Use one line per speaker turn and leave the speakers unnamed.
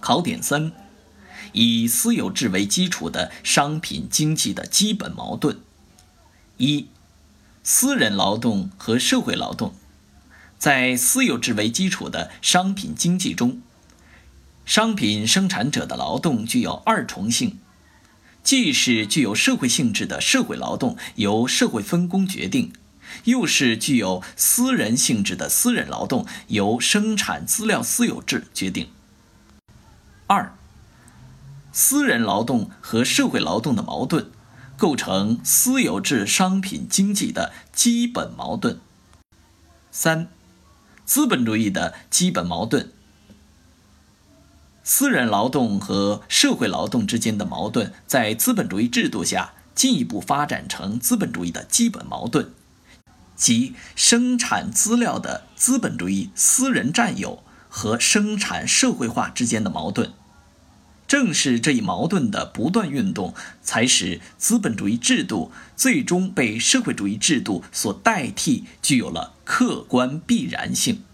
考点3，以私有制为基础的商品经济的基本矛盾。1、私人劳动和社会劳动。在私有制为基础的商品经济中，商品生产者的劳动具有二重性，既是具有社会性质的社会劳动由社会分工决定，又是具有私人性质的私人劳动由生产资料私有制决定。2、私人劳动和社会劳动的矛盾构成私有制商品经济的基本矛盾。3、资本主义的基本矛盾。私人劳动和社会劳动之间的矛盾在资本主义制度下进一步发展成资本主义的基本矛盾，即生产资料的资本主义私人占有和生产社会化之间的矛盾。正是这一矛盾的不断运动，才使资本主义制度最终被社会主义制度所代替，具有了客观必然性。